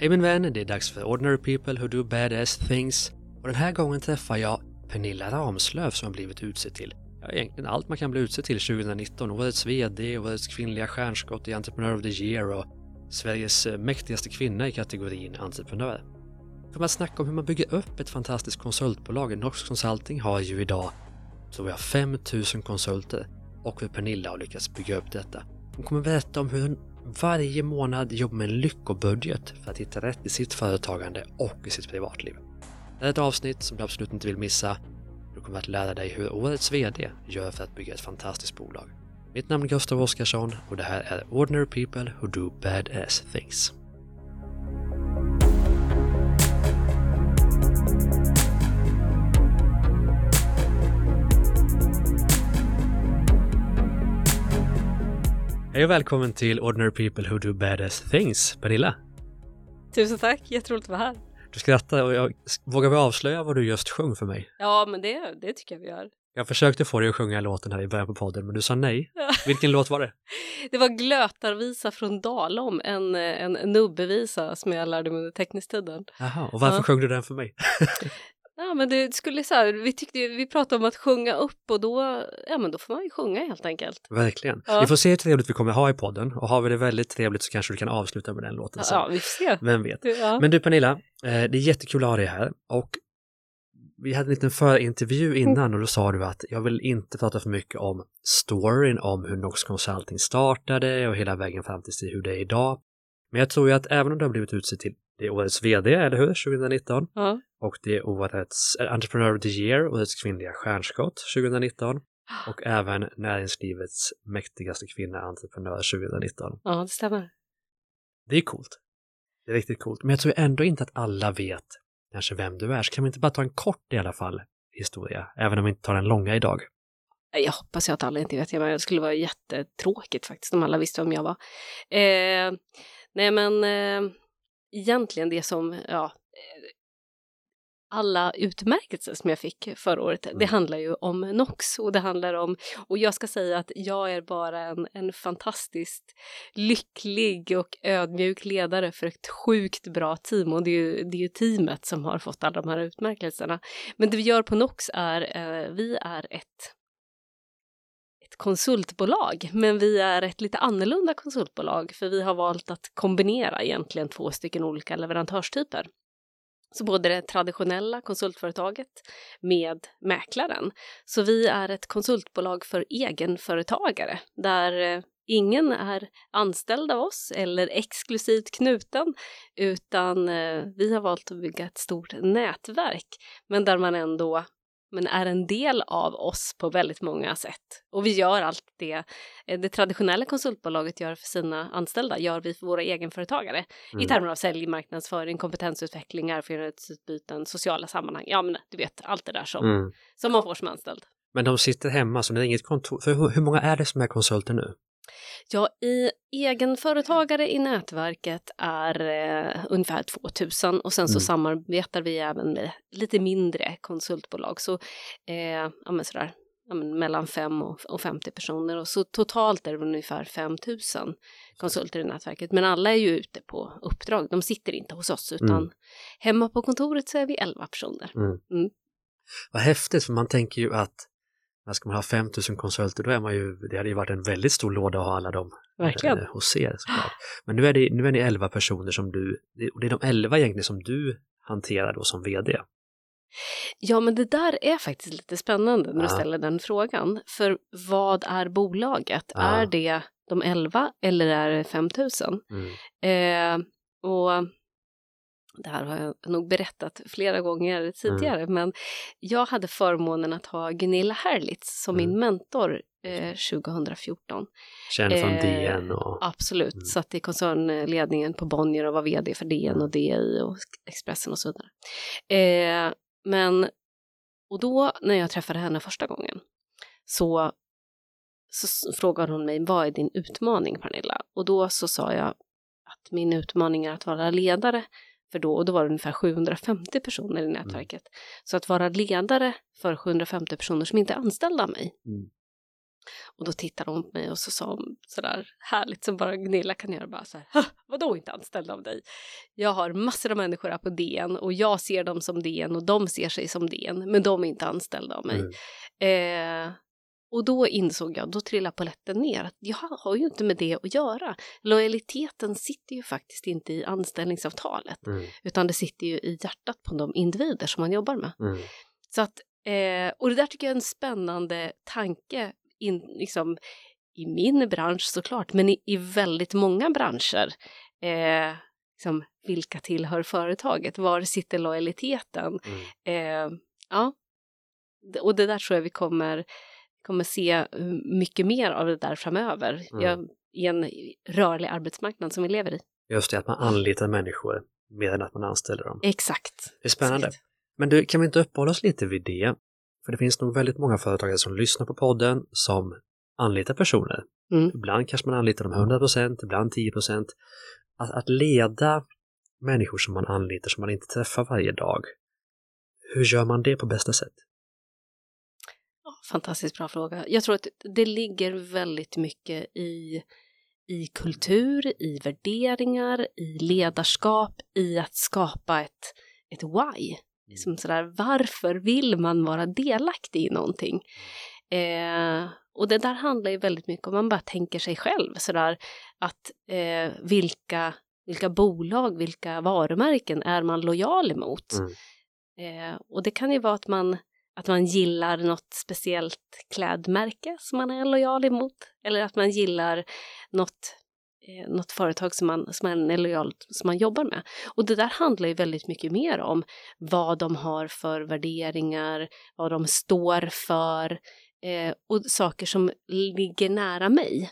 Hej min vän, det är dags för Ordinary People Who Do Badass Things. Och den här gången träffar jag Pernilla Ramslöv som har blivit utsedd till egentligen allt man kan bli utsedd till 2019. Årets vd, årets kvinnliga stjärnskott i Entrepreneur of the Year och Sveriges mäktigaste kvinna i kategorin entreprenör. För man snackar om hur man bygger upp ett fantastiskt konsultbolag. Nox Consulting har ju idag, tror jag, 5000 konsulter och hur Pernilla har lyckats bygga upp detta. Hon kommer berätta om hur hon varje månad jobbar med en lyckobudget för att hitta rätt i sitt företagande och i sitt privatliv. Det är ett avsnitt som du absolut inte vill missa. Du kommer att lära dig hur årets vd gör för att bygga ett fantastiskt bolag. Mitt namn är Gustav Oskarsson och det här är Ordinary People Who Do Badass Things. Hej och välkommen till Ordinary People Who Do Badass Things, Pernilla. Tusen tack, jätteroligt att vara här. Du skrattar och jag vågar väl avslöja vad du just sjöng för mig. Ja, men det tycker jag vi gör. Jag försökte få dig att sjunga låten här i början på podden, men du sa nej. Ja. Vilken låt var det? Det var Glötarvisa från Dalom, en nubbevisa som jag lärde mig under teckningstiden. Jaha, och varför sjöng du den för mig? Ja, men det skulle så här, vi pratade om att sjunga upp och då får man ju sjunga helt enkelt. Verkligen. Ja. Vi får se hur trevligt vi kommer ha i podden och har vi det väldigt trevligt så kanske du kan avsluta med den låten sen. Ja, vi får se. Vem vet. Ja. Men du Pernilla, det är jättekul att ha dig här och vi hade en liten förintervju innan och då sa du att jag vill inte prata för mycket om storyn om hur Nox Consulting startade och hela vägen fram till hur det är idag. Men jag tror ju att även om du har blivit utsedd till det årets vd, eller hur? 2019. Ja. Och det är årets Entrepreneur of the Year, årets kvinnliga stjärnskott 2019. Och även näringslivets mäktigaste kvinna entreprenör 2019. Ja, det stämmer. Det är coolt. Det är riktigt coolt. Men jag tror ändå inte att alla vet kanske vem du är. Så kan vi inte bara ta en kort i alla fall historia, även om vi inte tar den långa idag. Jag hoppas att alla inte vet. Det skulle vara jättetråkigt faktiskt om alla visste vem jag var. Egentligen det som, alla utmärkelser som jag fick förra året, det handlar ju om Nox och det handlar om, och jag ska säga att jag är bara en fantastiskt lycklig och ödmjuk ledare för ett sjukt bra team och det är ju teamet som har fått alla de här utmärkelserna. Men det vi gör på Nox är, vi är ett konsultbolag, men vi är ett lite annorlunda konsultbolag för vi har valt att kombinera egentligen 2 stycken olika leverantörstyper. Så både det traditionella konsultföretaget med mäklaren. Så vi är ett konsultbolag för egenföretagare där ingen är anställd av oss eller exklusivt knuten utan vi har valt att bygga ett stort nätverk men där man ändå är en del av oss på väldigt många sätt. Och vi gör allt det traditionella konsultbolaget gör för sina anställda, gör vi för våra egenföretagare. I termer av sälj, marknadsföring, kompetensutveckling, erfarenhetsutbyten, sociala sammanhang. Ja, men du vet, allt det där som man får som anställd. Men de sitter hemma, så det är inget kontor. För hur många är det som är konsulter nu? Ja, i egenföretagare i nätverket är ungefär 2000 och sen så samarbetar vi även med lite mindre konsultbolag. Så mellan 5 och 50 personer och så totalt är det ungefär 5000 konsulter i nätverket. Men alla är ju ute på uppdrag, de sitter inte hos oss utan hemma på kontoret så är vi 11 personer. Vad häftigt, för man tänker ju att när ska man ha 5000 konsulter, då är man ju, det hade ju varit en väldigt stor låda att ha alla dem hos er. Såklart. Men nu är ni 11 personer som och det är de 11 egentligen som du hanterar då som vd. Ja, men det där är faktiskt lite spännande när du ställer den frågan. För vad är bolaget? Är det de 11 eller är det 5000? Och det här har jag nog berättat flera gånger tidigare, men jag hade förmånen att ha Gunilla Herlitz som min mentor 2014. Känd från DN och... Absolut, satt i koncernledningen på Bonnier och var vd för DN och DI och Expressen och så vidare. Och då när jag träffade henne första gången så frågade hon mig, vad är din utmaning, Pernilla? Och då så sa jag att min utmaning är att vara ledare. För då var det ungefär 750 personer i nätverket. Så att vara ledare för 750 personer som inte är anställda av mig. Och då tittade hon på mig och så sa hon sådär härligt som bara Gunilla kan göra, bara så här: vadå inte anställd av dig? Jag har massor av människor här på DN och jag ser dem som DN och de ser sig som DN, men de är inte anställda av mig. Och då insåg jag, då trillade polletten ner, att jag har ju inte med det att göra. Lojaliteten sitter ju faktiskt inte i anställningsavtalet, utan det sitter ju i hjärtat på de individer som man jobbar med. Så att, och det där tycker jag är en spännande tanke, liksom, i min bransch såklart, men i väldigt många branscher. Liksom, vilka tillhör företaget? Var sitter lojaliteten? Ja, och det där tror jag vi kommer se mycket mer av det där framöver. I en rörlig arbetsmarknad som vi lever i. Just det, att man anlitar människor mer än att man anställer dem. Exakt. Det är spännande. Exakt. Men du, kan vi inte uppehålla oss lite vid det? För det finns nog väldigt många företagare som lyssnar på podden som anlitar personer. Ibland kanske man anlitar dem 100%, ibland 10%. Att leda människor som man anlitar som man inte träffar varje dag. Hur gör man det på bästa sätt? Fantastiskt bra fråga. Jag tror att det ligger väldigt mycket i kultur, i värderingar, i ledarskap, i att skapa ett why. Liksom sådär, varför vill man vara delaktig i någonting? Och det där handlar ju väldigt mycket om man bara tänker sig själv. Sådär, att vilka bolag, vilka varumärken är man lojal emot? Och det kan ju vara att man gillar något speciellt klädmärke som man är lojal emot. Eller att man gillar något företag som man är lojal, som man jobbar med. Och det där handlar ju väldigt mycket mer om vad de har för värderingar, vad de står för och saker som ligger nära mig.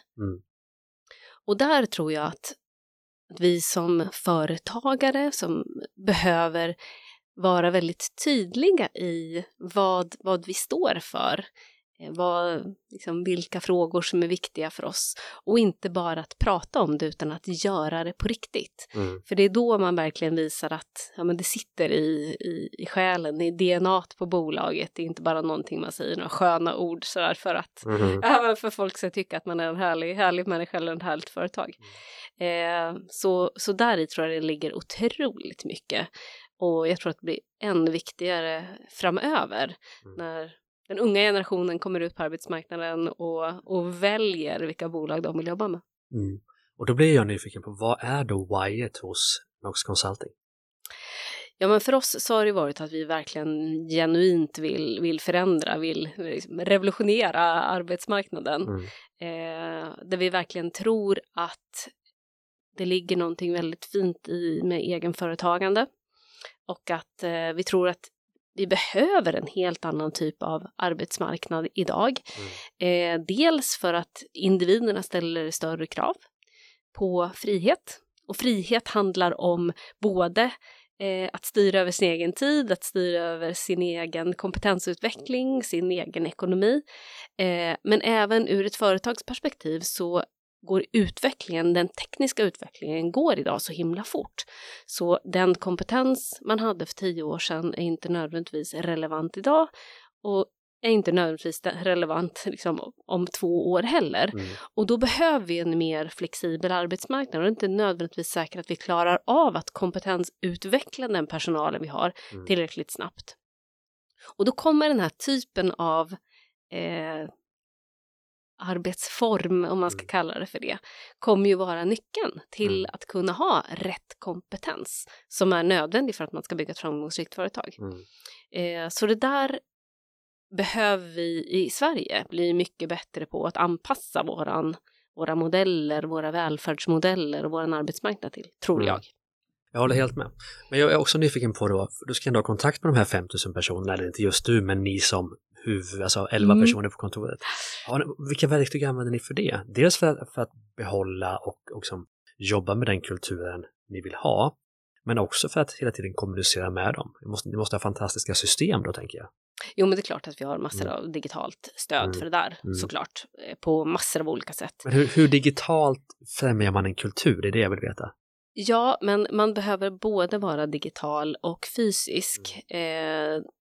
Och där tror jag att vi som företagare som behöver vara väldigt tydliga i vad vi står för, liksom, vilka frågor som är viktiga för oss, och inte bara att prata om det utan att göra det på riktigt. För det är då man verkligen visar att men det sitter i själen, i DNA på bolaget. Det är inte bara någonting man säger, några sköna ord sådär för att för folk ska tycka att man är en härlig människa eller ett härligt företag. Så där i tror jag det ligger otroligt mycket. Och jag tror att det blir än viktigare framöver när den unga generationen kommer ut på arbetsmarknaden och väljer vilka bolag de vill jobba med. Och då blir jag nyfiken på, vad är då whyet hos Knox Consulting? Ja, men för oss så har det varit att vi verkligen genuint vill förändra, vill revolutionera arbetsmarknaden. Där vi verkligen tror att det ligger någonting väldigt fint med egenföretagande. Och att vi tror att vi behöver en helt annan typ av arbetsmarknad idag. Dels för att individerna ställer större krav på frihet. Och frihet handlar om både att styra över sin egen tid, att styra över sin egen kompetensutveckling, sin egen ekonomi. Men även ur ett företagsperspektiv så går den tekniska utvecklingen går idag så himla fort. Så den kompetens man hade för 10 år sedan är inte nödvändigtvis relevant idag och är inte nödvändigtvis relevant liksom, om 2 år heller. Och då behöver vi en mer flexibel arbetsmarknad och det är inte nödvändigtvis säkert att vi klarar av att kompetensutveckla den personalen vi har tillräckligt snabbt. Och då kommer den här typen av arbetsform, om man ska kalla det för det, kommer ju vara nyckeln till att kunna ha rätt kompetens som är nödvändig för att man ska bygga ett framgångsrikt företag. Så det där behöver vi i Sverige bli mycket bättre på att anpassa våra modeller, våra välfärdsmodeller och vår arbetsmarknad till, tror jag. Jag håller helt med. Men jag är också nyfiken på då, för du ska ändå ha kontakt med de här 5000 personerna, eller inte just du, men ni som alltså 11 personer på kontoret. Vilka verktyg använder ni för det? Dels för att behålla och som jobba med den kulturen ni vill ha, men också för att hela tiden kommunicera med dem. Ni måste ha fantastiska system då, tänker jag. Jo, men det är klart att vi har massor av digitalt stöd för det där, såklart, på massor av olika sätt. Men hur digitalt främjar man en kultur? Det är det jag vill veta. Ja, men man behöver både vara digital och fysisk.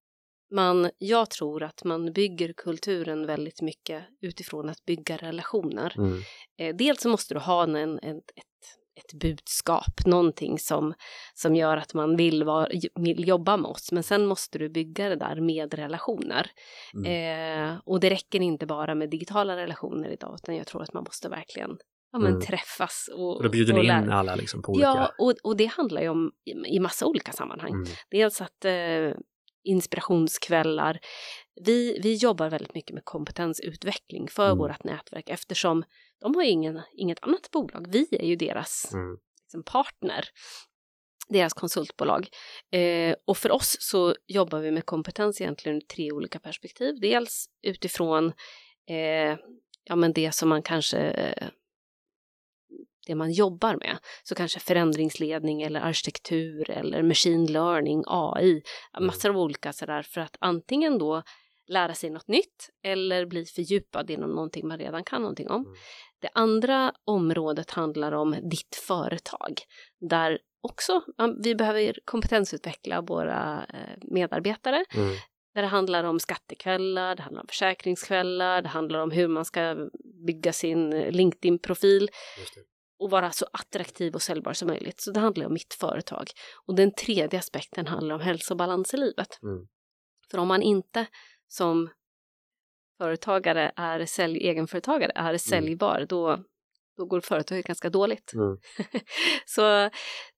jag tror att man bygger kulturen väldigt mycket utifrån att bygga relationer. Dels så måste du ha ett budskap, någonting som gör att man vill jobba med oss. Men sen måste du bygga det där med relationer. Och det räcker inte bara med digitala relationer idag, utan jag tror att man måste verkligen träffas. Och då bjuder ni in alla liksom på olika... Ja, och det handlar ju om i massa olika sammanhang. Dels att inspirationskvällar. Vi jobbar väldigt mycket med kompetensutveckling för vårt nätverk, eftersom de har inget annat bolag. Vi är ju deras liksom, partner, deras konsultbolag. Och för oss så jobbar vi med kompetens egentligen ur 3 olika perspektiv. Dels utifrån det som man kanske... det man jobbar med, så kanske förändringsledning eller arkitektur eller machine learning, AI, massor av olika sådär, för att antingen då lära sig något nytt eller bli fördjupad inom någonting man redan kan någonting om. Det andra området handlar om ditt företag, där också vi behöver kompetensutveckla våra medarbetare. Där det handlar om skattekvällar, det handlar om försäkringskvällar, det handlar om hur man ska bygga sin LinkedIn-profil och vara så attraktiv och säljbar som möjligt. Så det handlar om mitt företag. Och den tredje aspekten handlar om hälsobalans i livet. För om man inte som företagare egenföretagare är säljbar, då går företaget ganska dåligt. Så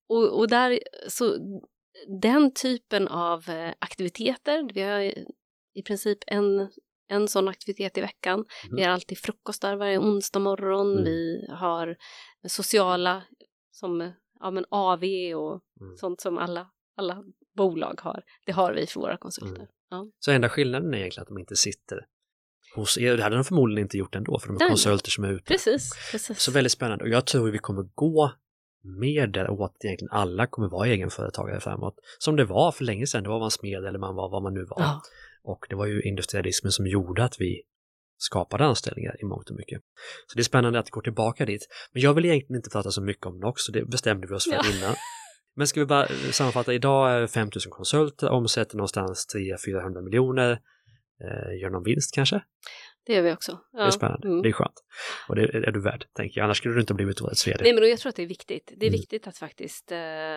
den typen av aktiviteter, vi har i princip en sån aktivitet i veckan. Vi har alltid frukostar varje onsdag morgon. Vi har sociala som AV och sånt som alla bolag har. Det har vi för våra konsulter. Ja. Så enda skillnaden är egentligen att de inte sitter hos er. Det hade de förmodligen inte gjort ändå, för de är konsulter som är ute. Precis. Så väldigt spännande. Och jag tror vi kommer gå mer däråt, egentligen alla kommer vara egenföretagare framåt. Som det var för länge sedan, då var man smed eller man var vad man nu var. Ja. Och det var ju industrialismen som gjorde att vi skapade anställningar i mångt och mycket. Så det är spännande att gå tillbaka dit. Men jag vill egentligen inte prata så mycket om det också, det bestämde vi oss för innan. Men ska vi bara sammanfatta, idag är 5 000 konsulter, omsätter någonstans 300-400 miljoner. Gör någon vinst kanske? Det gör vi också. Ja. Det är spännande, det är skönt. Och det är du värd, tänker jag. Annars skulle du inte ha blivit årets vd. Nej, men jag tror att det är viktigt. Det är viktigt att faktiskt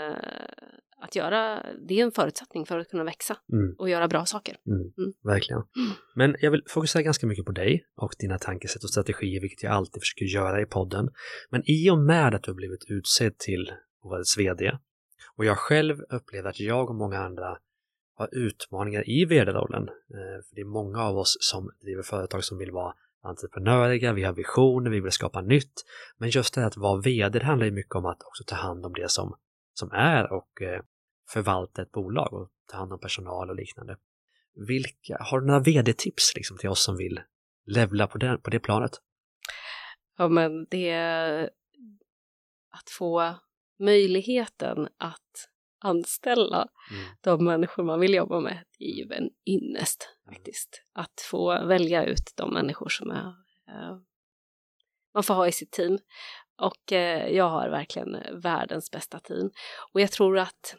att göra, det är en förutsättning för att kunna växa och göra bra saker. Verkligen. Men jag vill fokusera ganska mycket på dig och dina tankesätt och strategier, vilket jag alltid försöker göra i podden. Men i och med att du har blivit utsedd till årets vd, och jag själv upplever att jag och många andra har utmaningar i vd-rollen. För det är många av oss som driver företag som vill vara entreprenöriga, vi har visioner, vi vill skapa nytt. Men just det att vara vd, det handlar ju mycket om att också ta hand om det som är och förvalta ett bolag och ta hand om personal och liknande. Har du några vd-tips liksom, till oss som vill levla på det planet? Ja, men det är att få möjligheten att anställa de människor man vill jobba med är ju en ynnest faktiskt. Att få välja ut de människor som man får ha i sitt team. Och jag har verkligen världens bästa team. Och jag tror att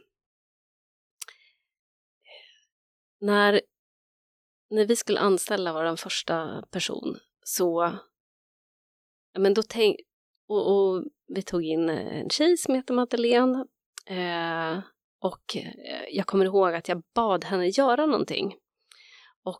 när vi skulle anställa vår första person så men då och vi tog in en tjej som heter Madeleine. Och jag kommer ihåg att jag bad henne göra någonting. Och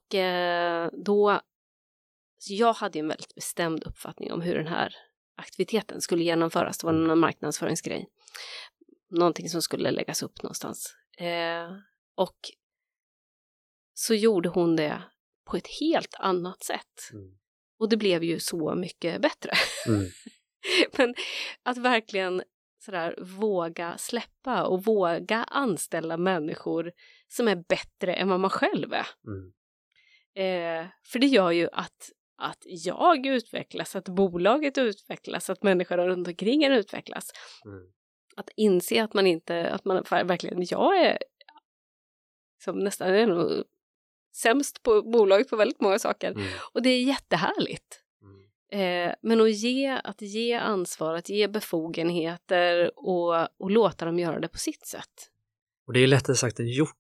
så jag hade en väldigt bestämd uppfattning om hur den här aktiviteten skulle genomföras. Det var en marknadsföringsgrej. Någonting som skulle läggas upp någonstans. Och så gjorde hon det på ett helt annat sätt. Och det blev ju så mycket bättre. Men att verkligen sådär våga släppa och våga anställa människor som är bättre än vad man själv är. För det gör ju att jag utvecklas, att bolaget utvecklas, att människor runt omkring en utvecklas. Att inse att man verkligen, jag är som nästan är nog sämst på bolaget på väldigt många saker. Och det är jättehärligt. Men att ge ansvar, att ge befogenheter och låta dem göra det på sitt sätt. Och det är lättare sagt än gjort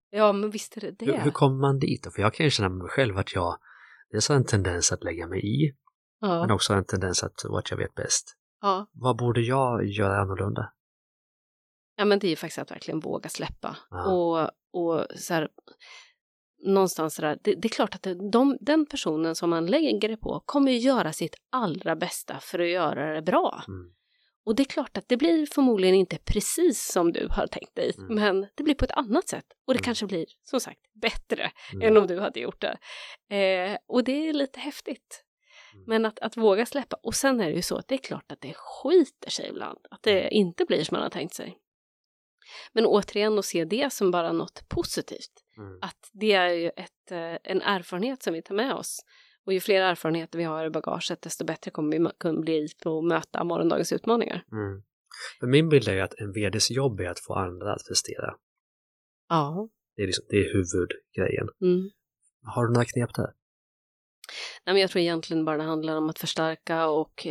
Ja, men visst är det det. Hur kommer man dit då? För jag kan ju känna med mig själv att jag dels har en tendens att lägga mig i, men också en tendens att tro att jag vet bäst. Ja. Vad borde jag göra annorlunda? Ja, men det är ju faktiskt att verkligen våga släppa. Och så här, någonstans så där, det är klart att den personen som man lägger det på kommer ju göra sitt allra bästa för att göra det bra. Och det är klart att det blir förmodligen inte precis som du har tänkt dig, men det blir på ett annat sätt. Och det kanske blir, som sagt, bättre än om du hade gjort det. Och det är lite häftigt. Men att våga släppa. Och sen är det ju så att det är klart att det skiter sig ibland. Att det inte blir som man har tänkt sig. Men återigen att se det som bara något positivt. Att det är ju en erfarenhet som vi tar med oss. Och ju fler erfarenheter vi har i bagaget, desto bättre kommer vi kunna bli på att möta morgondagens utmaningar. För min bild är att en vd:s jobb är att få andra att prestera. Ja. Det är huvudgrejen. Har du några knep där? Nej, men jag tror egentligen bara det handlar om att förstärka och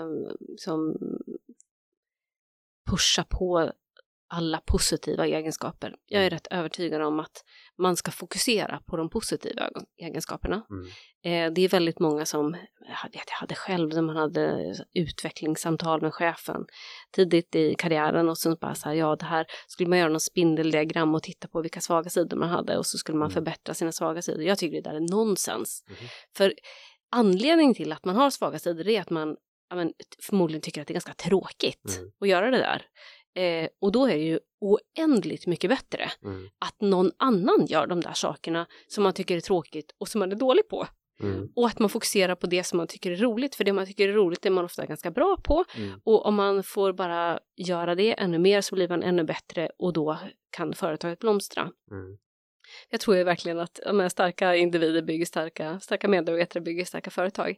pusha på alla positiva egenskaper. Jag är rätt övertygad om att man ska fokusera på de positiva egenskaperna. Det är väldigt många som, jag hade själv när man hade utvecklingssamtal med chefen tidigt i karriären och så bara så här, ja det här skulle man göra någon spindeldiagram och titta på vilka svaga sidor man hade och så skulle man förbättra sina svaga sidor. Jag tycker det där är nonsens. För anledningen till att man har svaga sidor är att man förmodligen tycker att det är ganska tråkigt att göra det där. Och då är det ju oändligt mycket bättre att någon annan gör de där sakerna som man tycker är tråkigt och som man är dålig på. Och att man fokuserar på det som man tycker är roligt. För det man tycker är roligt är man ofta ganska bra på. Och om man får bara göra det ännu mer så blir man ännu bättre och då kan företaget blomstra. Jag tror ju verkligen att starka individer bygger starka medarbetare bygger starka företag.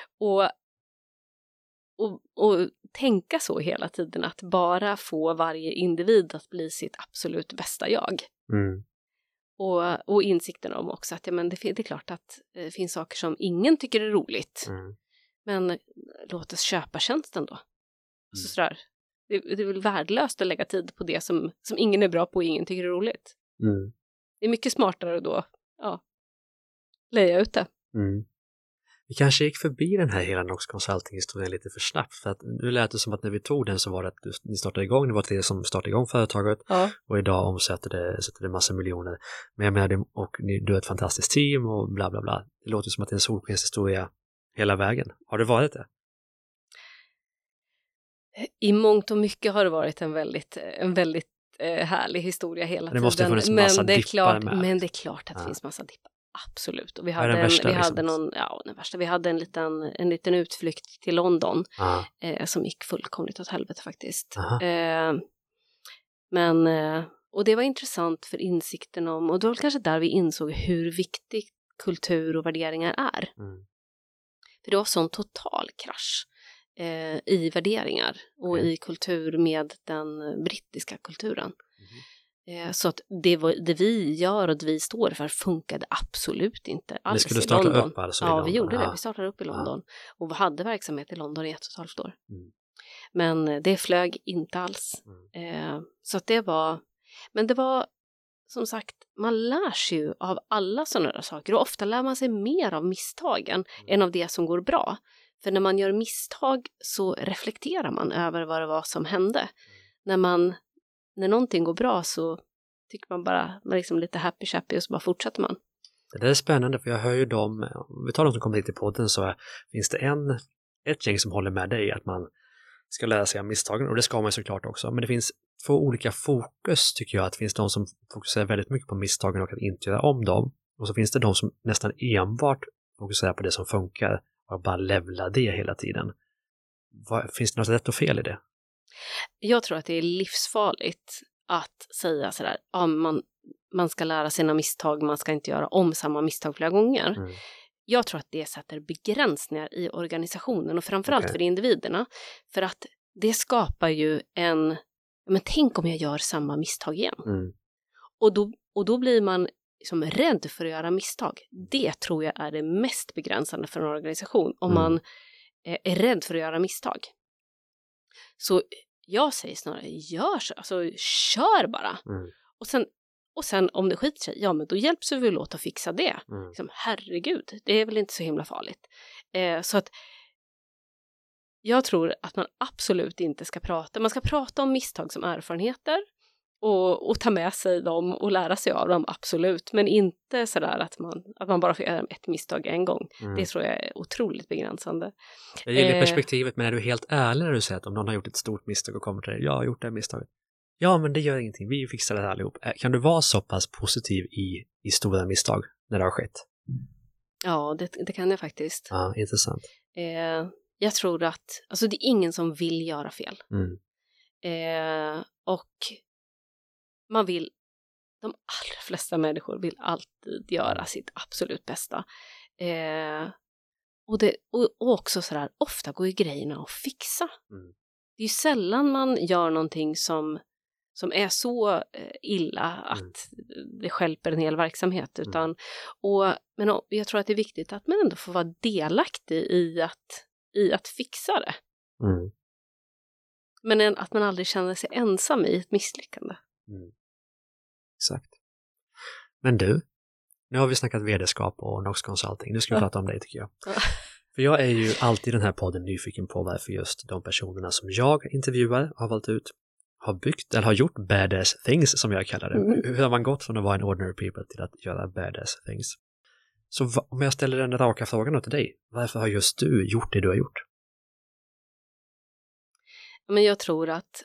Och tänka så hela tiden att bara få varje individ att bli sitt absolut bästa jag. Och insikten om också att det är klart att det finns saker som ingen tycker är roligt. Men låt oss köpa tjänsten då. Så sådär. Det är väl värdelöst att lägga tid på det som ingen är bra på och ingen tycker är roligt. Det är mycket smartare då. Ja. Leja ut det. Vi kanske gick förbi den här hela Nox Consulting-historien lite för snabbt. För att nu lät det som att när vi tog den så var det att ni startade igång. Det var det som startade igång företaget. Och idag omsätter det massor miljoner. Men jag menar, du är ett fantastiskt team och bla bla bla. Det låter som att det är en solskenshistoria hela vägen. Har det varit det? I mångt och mycket har det varit en väldigt härlig historia hela tiden. Det måste ha funnits massa dippar med. Men det är klart att det finns massa dippar. Absolut. Och vi hade en liten utflykt till London som gick fullkomligt åt helvete faktiskt. Och det var intressant för insikten om, och det var kanske där vi insåg hur viktig kultur och värderingar är. För det var sån total krasch i värderingar och i kultur med den brittiska kulturen. Så att det vi gör och det vi står för funkade absolut inte alls. Ni skulle starta upp alltså i London? Ja, vi gjorde det. Vi startade upp i London och hade verksamhet i London i 1,5 år. Men det flög inte alls. Så att det var som sagt, man lär sig ju av alla sådana där saker och ofta lär man sig mer av misstagen än av det som går bra. För när man gör misstag så reflekterar man över vad det var som hände. När någonting går bra så tycker man bara liksom lite happy-chappy och så bara fortsätter man. Det är spännande för jag hör ju om vi tar de som kommer hit i podden så finns det ett gäng som håller med dig att man ska lära sig av misstagen och det ska man såklart också. Men det finns 2 olika fokus tycker jag. Att det finns de som fokuserar väldigt mycket på misstagen och att inte göra om dem. Och så finns det de som nästan enbart fokuserar på det som funkar och bara levla det hela tiden. Finns det något rätt och fel i det? Jag tror att det är livsfarligt att säga sådär, ja, man ska lära sina misstag, man ska inte göra om samma misstag flera gånger. Jag tror att det sätter begränsningar i organisationen och framförallt för individerna. För att det skapar ju men tänk om jag gör samma misstag igen. Och då blir man liksom rädd för att göra misstag. Det tror jag är det mest begränsande för en organisation. Om man är rädd för att göra misstag. Så jag säger snarare, kör bara. Och sen om det skiter sig, ja men då hjälps vi väl åt att fixa det. Liksom, herregud, det är väl inte så himla farligt. Så att jag tror att man absolut inte ska prata. Man ska prata om misstag som erfarenheter och ta med sig dem och lära sig av dem, absolut. Men inte sådär att man bara får göra ett misstag en gång. Det tror jag är otroligt begränsande. Jag gillar perspektivet, men är du helt ärlig när du säger att om någon har gjort ett stort misstag och kommer till dig, jag har gjort det här misstaget. Ja, men det gör ingenting, vi fixar det här allihop. Kan du vara så pass positiv i stora misstag när det har skett? Ja, det kan jag faktiskt. Ja, intressant. Jag tror att, alltså det är ingen som vill göra fel. Och de allra flesta människor vill alltid göra sitt absolut bästa. Och också sådär, ofta går ju grejerna att fixa. Det är ju sällan man gör någonting som är så illa att det stjälper en hel verksamhet. Men jag tror att det är viktigt att man ändå får vara delaktig i att fixa det. Men att man aldrig känner sig ensam i ett misslyckande. Exakt. Men du, nu har vi snackat vd-skap och Nox Consulting. Nu ska vi prata om dig, tycker jag. För jag är ju alltid i den här podden nyfiken på varför just de personerna som jag intervjuar har valt ut har byggt eller har gjort badass things, som jag kallar det. Hur har man gått från att vara en ordinary people till att göra badass things? Så om jag ställer den raka frågan då till dig, varför har just du gjort det du har gjort? Men jag tror att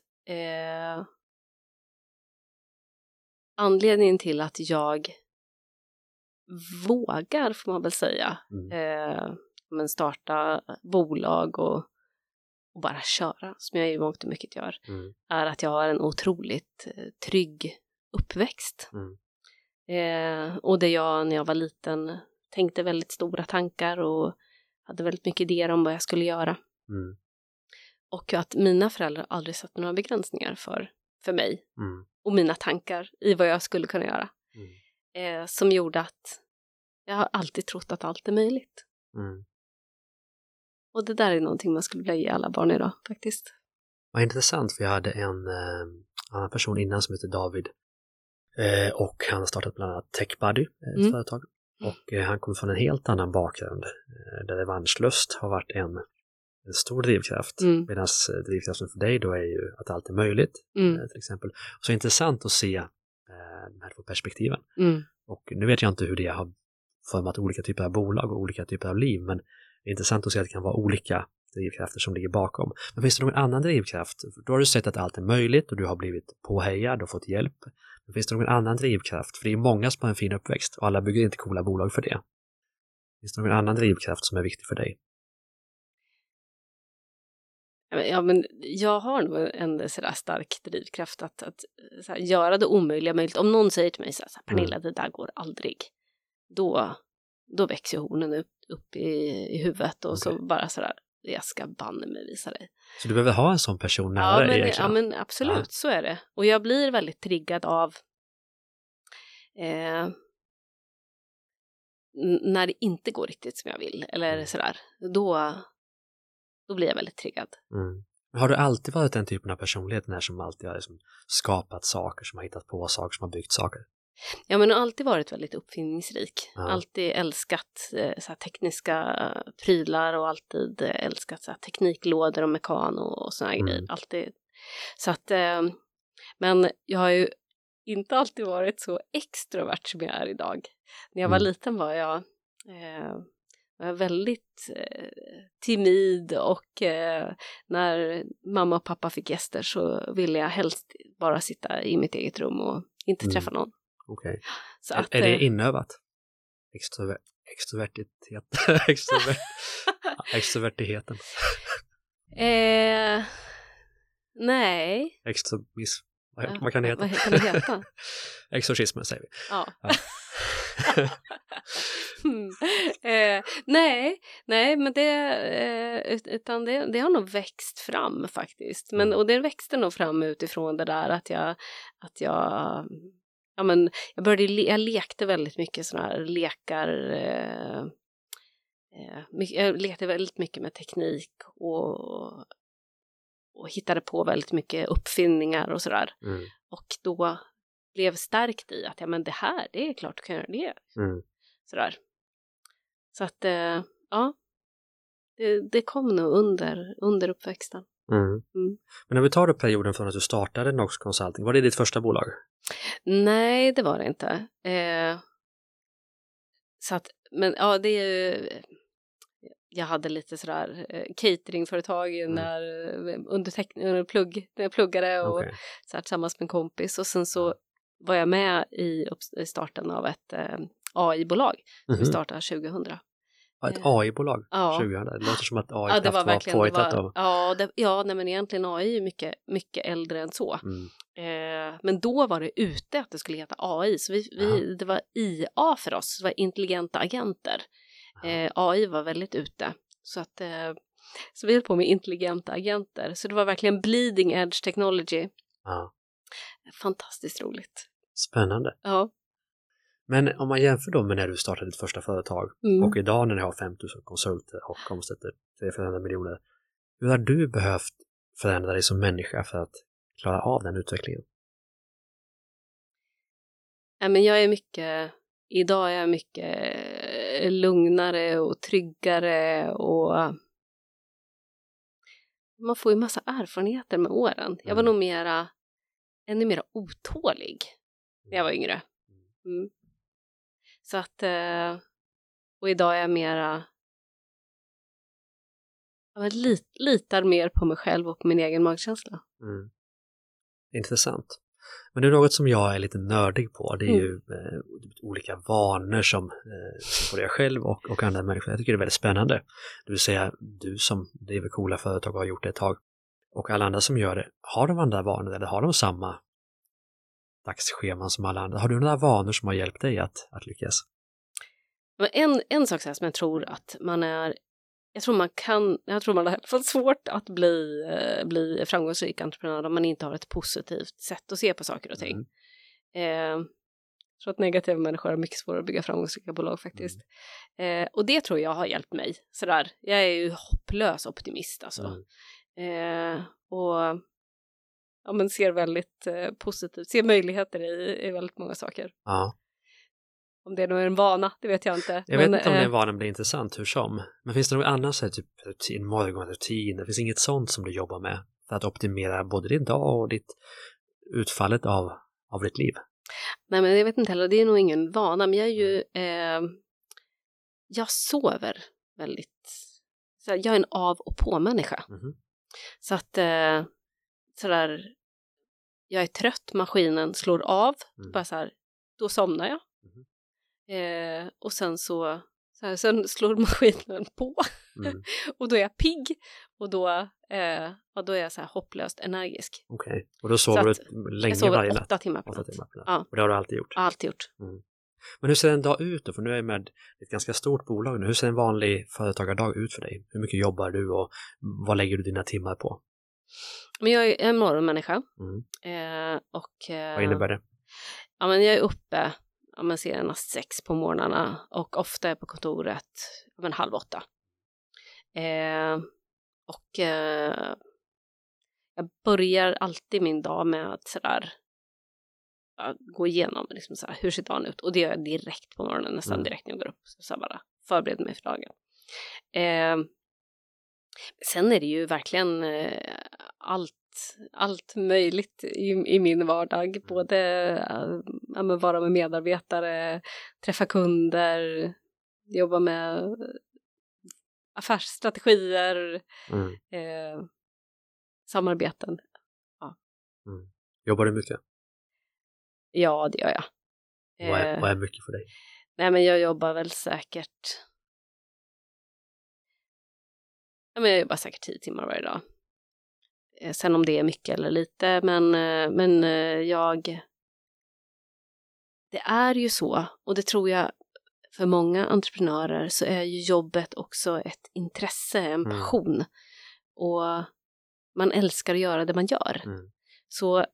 anledningen till att jag vågar, får man väl säga, men starta bolag och bara köra, som jag i mångt och mycket gör, är att jag har en otroligt trygg uppväxt. Och det jag, när jag var liten, tänkte väldigt stora tankar och hade väldigt mycket idéer om vad jag skulle göra. Och att mina föräldrar aldrig satt några begränsningar för mig och mina tankar i vad jag skulle kunna göra. Som gjorde att jag har alltid trott att allt är möjligt. Och det där är någonting man skulle vilja ge alla barn idag, faktiskt. Vad intressant, för jag hade en annan person innan som heter David. Och han har startat bland annat TechBuddy, ett företag. Och han kommer från en helt annan bakgrund. Där revanschlust har varit en stor drivkraft. Medan drivkraften för dig då är ju att allt är möjligt, till exempel. Så intressant att se de här två perspektiven. Och nu vet jag inte hur det har format olika typer av bolag och olika typer av liv, men det är intressant att se att det kan vara olika drivkrafter som ligger bakom. Men finns det någon annan drivkraft? Då har du sett att allt är möjligt och du har blivit påhejad och fått hjälp. Men finns det någon annan drivkraft? För det är många som har en fin uppväxt och alla bygger inte coola bolag för det. Finns det någon annan drivkraft som är viktig för dig? Ja, men jag har nog en sådär stark drivkraft att så här, göra det omöjliga möjligt. Om någon säger till mig så här, Pernilla, det där går aldrig. Då växer hornen upp i huvudet och så bara sådär, jag ska banne mig visa dig. Så du behöver ha en sån person nära dig egentligen? Ja, men absolut, så är det. Och jag blir väldigt triggad av när det inte går riktigt som jag vill. Eller sådär, då blir jag väldigt triggad. Har du alltid varit den typen av personlighet som alltid har liksom skapat saker, som har hittat på saker, som har byggt saker? Ja, men jag har alltid varit väldigt uppfinningsrik. Alltid älskat så här, tekniska prylar och alltid älskat så här, tekniklådor och mekan och såna grejer. Alltid. Så att, men jag har ju inte alltid varit så extrovert som jag är idag. När jag var liten var jag väldigt timid och när mamma och pappa fick gäster så ville jag helst bara sitta i mitt eget rum och inte träffa någon. Okej. Är det inövat? Extrovertigheten? Nej. Vad kan det heta? Vad kan det heta? Exorcismen säger vi. Ja. Nej, men det har nog växt fram faktiskt. Och det växte nog fram utifrån det där att jag jag lekte väldigt mycket sådana här lekar. Jag lekte väldigt mycket med teknik och hittade på väldigt mycket uppfinningar och sådär. Och då blev stärkt i att men det är klart du kan göra det. Sådär. Så att det kom nog under uppväxten. Men när vi tar upp perioden från att du startade Nox Consulting, var det ditt första bolag? Nej, det var det inte. Så att, men ja, det är ju... Jag hade lite sådär cateringföretag när jag pluggade och så här, tillsammans med en kompis. Och sen så var jag med i starten av ett AI-bolag som vi startade 2000. Ja, ett AI-bolag 2000. Det låter som att AI det var verkligen påhittat av. Nej, men egentligen AI är mycket, mycket äldre än så. Men då var det ute att det skulle heta AI. Så det var IA för oss. Det var intelligenta agenter. AI var väldigt ute. Så vi höll på med intelligenta agenter. Så det var verkligen bleeding edge technology. Fantastiskt roligt. Spännande. Ja. Men om man jämför då med när du startade ditt första företag och idag när ni har 5 000 konsulter och omsätter 300 miljoner. Hur har du behövt förändra dig som människa för att klara av den utvecklingen? Men idag är jag mycket lugnare och tryggare och man får ju massa erfarenheter med åren. Jag var nog ännu mer otålig när jag var yngre. Så att och idag är jag litar mer på mig själv och på min egen magkänsla. Intressant. Men det är något som jag är lite nördig på. Det är ju olika vanor som både jag själv och andra människor. Jag tycker det är väldigt spännande. Det vill säga, du som driver coola företag och har gjort det ett tag. Och alla andra som gör det, har de andra vanor eller har de samma dagsscheman som alla andra? Har du några vanor som har hjälpt dig att lyckas? Men en sak som jag tror att man är... Jag tror man har fått svårt att bli framgångsrik entreprenör om man inte har ett positivt sätt att se på saker och ting. Jag tror att negativa människor har mycket svårare att bygga framgångsrika bolag faktiskt. Och det tror jag har hjälpt mig. Sådär. Jag är ju hopplös optimist alltså. Och men ser väldigt positivt, ser möjligheter i väldigt många saker. Ja. Om det är nog en vana, det vet jag inte. Jag vet inte om den vanan blir intressant, hur som. Men finns det något annat, så här, typ morgonrutin? Det finns inget sånt som du jobbar med för att optimera både din dag och utfallet av ditt liv? Nej, men jag vet inte heller. Det är nog ingen vana. Men jag är ju... jag sover väldigt... Så jag är en av- och på-människa. Så att... sådär... Jag är trött, maskinen slår av. Bara så här, då somnar jag. Och sen sen slår maskinen på och då är jag pigg och då är jag så här hopplöst energisk. Okej. Och då sover du länge varje natt? 8 timmar på natt. Ja. Och det har du alltid gjort? Alltid gjort. Men hur ser en dag ut då? För nu är jag med ett ganska stort bolag nu. Hur ser en vanlig företagardag ut för dig? Hur mycket jobbar du och vad lägger du dina timmar på? Men jag är en morgonmänniska. Vad innebär det? Ja, men jag är uppe senast 6 på morgnarna och ofta är på kontoret 7:30. Jag börjar alltid min dag med att sådär gå igenom liksom såhär, hur ser dagen ut? Och det gör jag direkt på morgonen, nästan direkt när jag går upp. Så bara förbereder mig för dagen. Sen är det ju verkligen allt möjligt i min vardag. Både vara med medarbetare, träffa kunder, jobba med affärsstrategier, samarbeten. Ja. Jobbar du mycket? Ja, det gör jag. Vad är mycket för dig? Nej, men jag jobbar väl säkert... jag jobbar säkert 10 timmar varje dag. Sen om det är mycket eller lite, men det är ju så, och det tror jag för många entreprenörer så är ju jobbet också ett intresse, en passion. Och man älskar att göra det man gör. Så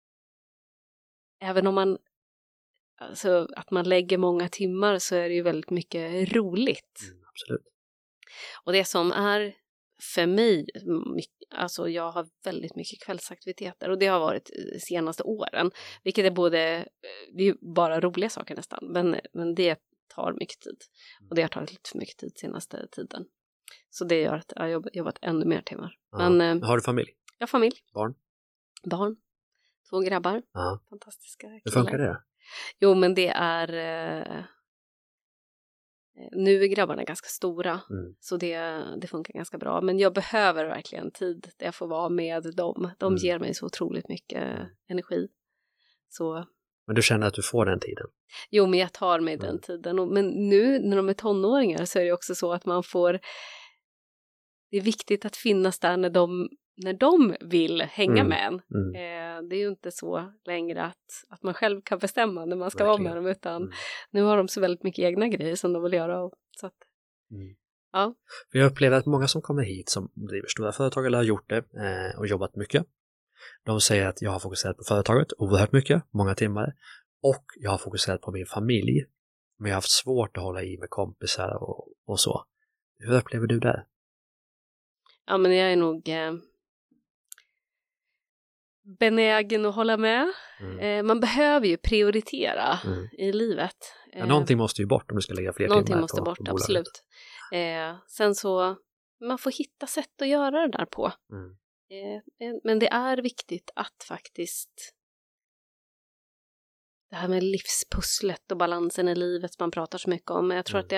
även om att man lägger många timmar så är det ju väldigt mycket roligt. Absolut. Och det som är för mig, alltså jag har väldigt mycket kvällsaktiviteter och det har varit de senaste åren, vilket är det är ju bara roliga saker nästan, men det tar mycket tid och det har tagit lite för mycket tid senaste tiden. Så det gör att jag har jobbat ännu mer timmar. Men, har du familj? Jag har familj. Barn? 2 grabbar. Ja. Fantastiska killar. Hur funkar det? Jo, men det är... nu är grabbarna ganska stora, så det funkar ganska bra. Men jag behöver verkligen tid där jag får vara med dem. De ger mig så otroligt mycket energi. Så... Men du känner att du får den tiden? Jo, men jag tar mig den tiden. Men nu när de är tonåringar så är det också så att man får... Det är viktigt att finnas där när de vill hänga med en. Det är ju inte så längre att man själv kan bestämma när man ska vara med dem, utan nu har de så väldigt mycket egna grejer som de vill göra. Så att, ja. För jag upplever att många som kommer hit som driver stora företag eller har gjort det och jobbat mycket, de säger att jag har fokuserat på företaget oerhört mycket, många timmar, och jag har fokuserat på min familj, men jag har haft svårt att hålla i med kompisar och så. Hur upplever du det? Ja, men jag är nog benägen att hålla med. Man behöver ju prioritera i livet. Ja, någonting måste ju bort om du ska lägga fler någonting timmar måste på bort, bolaget. absolut. Sen så, man får hitta sätt att göra det där på. Men det är viktigt att faktiskt det här med livspusslet och balansen i livet som man pratar så mycket om. Men jag tror att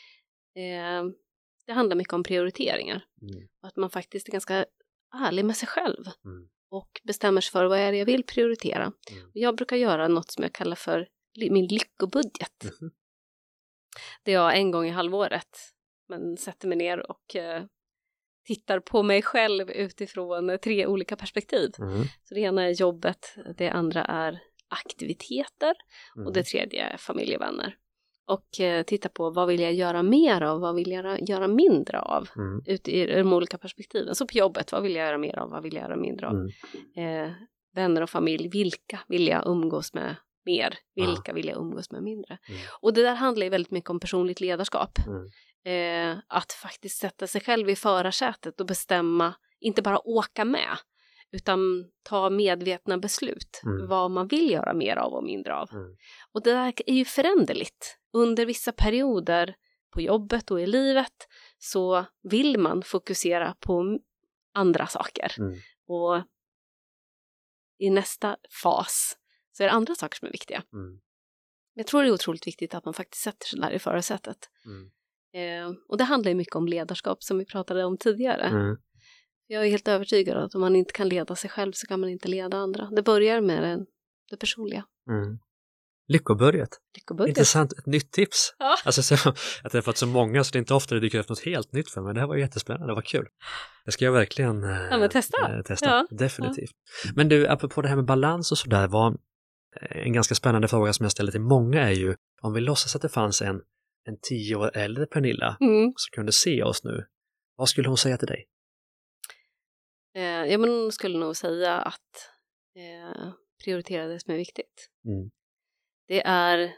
det handlar mycket om prioriteringar. Att man faktiskt är ganska ärlig med sig själv. Och bestämmer sig för vad är det jag vill prioritera. Och jag brukar göra något som jag kallar för min lyckobudget. Det är jag en gång i halvåret. Men sätter mig ner och tittar på mig själv utifrån 3 olika perspektiv. Så det ena är jobbet, det andra är aktiviteter och det tredje är familjevänner. Och titta på vad vill jag göra mer av, vad vill jag göra mindre av ut i de olika perspektiven. Så på jobbet, vad vill jag göra mer av, vad vill jag göra mindre av. Vänner och familj, vilka vill jag umgås med mer, vilka vill jag umgås med mindre. Och det där handlar ju väldigt mycket om personligt ledarskap. Att faktiskt sätta sig själv i förarsätet och bestämma, inte bara åka med, utan ta medvetna beslut vad man vill göra mer av och mindre av. Och det där är ju föränderligt. Under vissa perioder på jobbet och i livet så vill man fokusera på andra saker. Och i nästa fas så är det andra saker som är viktiga. Jag tror det är otroligt viktigt att man faktiskt sätter sig där i förarsätet. Och det handlar ju mycket om ledarskap som vi pratade om tidigare. Jag är helt övertygad att om man inte kan leda sig själv så kan man inte leda andra. Det börjar med det personliga. Lyckobudget. Intressant, ett nytt tips. Ja. Alltså, jag har träffat så många så det är inte ofta det dyker upp något helt nytt för mig. Det här var jättespännande, det var kul. Det ska jag verkligen testa. Ja. Definitivt. Men du, apropå det här med balans och sådär, var en ganska spännande fråga som jag ställer till många är ju, om vi låtsas att det fanns en 10 år äldre Pernilla som kunde se oss nu, vad skulle hon säga till dig? Ja, men hon skulle nog säga att prioritera det som är viktigt. Det är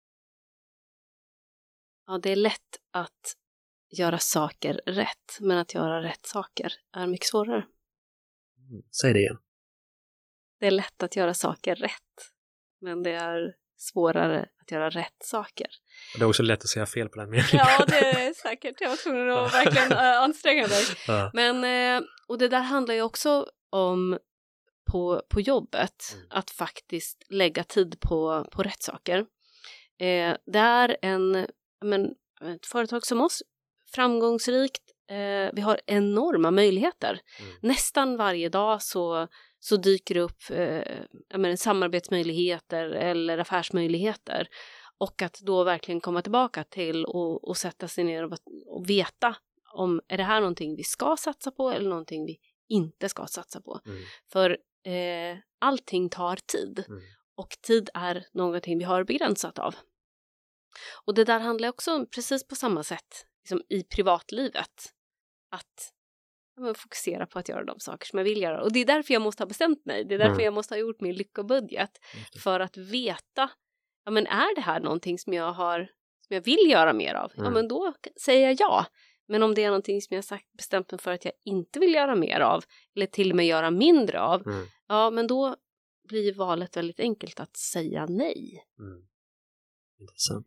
lätt att göra saker rätt, men att göra rätt saker är mycket svårare. Säg det igen. Det är lätt att göra saker rätt, men det är svårare att göra rätt saker. Och det är också lätt att säga fel på den meningen. Ja, det är säkert. Jag var tvungen att verkligen anstränga mig. Ja. Men, och det där handlar ju också om på jobbet, att faktiskt lägga tid på rätt saker. Det är ett företag som oss, framgångsrikt. Vi har enorma möjligheter. Nästan varje dag så dyker det upp samarbetsmöjligheter eller affärsmöjligheter. Och att då verkligen komma tillbaka till och sätta sig ner och veta om är det här någonting vi ska satsa på eller någonting vi inte ska satsa på. För allting tar tid. Och tid är någonting vi har begränsat av. Och det där handlar också precis på samma sätt liksom i privatlivet. Att fokusera på att göra de saker som jag vill göra. Och det är därför jag måste ha bestämt mig. Det är därför jag måste ha gjort min lyckobudget. För att veta, är det här någonting som jag vill göra mer av? Ja, men då säger jag ja. Men om det är någonting som jag bestämt mig för att jag inte vill göra mer av, eller till och med göra mindre av, ja, men då blir valet väldigt enkelt att säga nej. Intressant.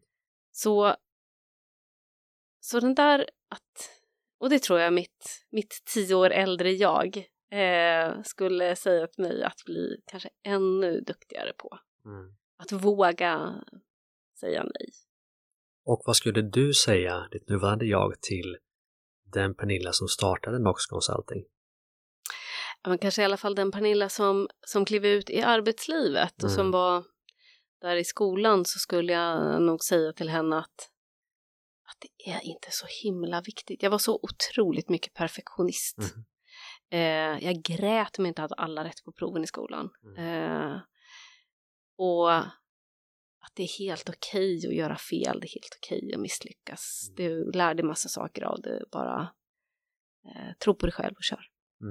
Så den där och det tror jag mitt 10 år äldre jag skulle säga till mig att bli kanske ännu duktigare på. Att våga säga nej. Och vad skulle du säga, ditt nuvarande jag, till den Pernilla som startade Nox Consulting? Ja, men kanske i alla fall den Pernilla som klev ut i arbetslivet och som var där i skolan, så skulle jag nog säga till henne att det är inte så himla viktigt. Jag var så otroligt mycket perfektionist. Jag grät om jag inte hade alla rätt på proven i skolan. Och att det är helt okej att göra fel, det är helt okej att misslyckas. Du lärde massa saker av det, bara tro på dig själv och kör.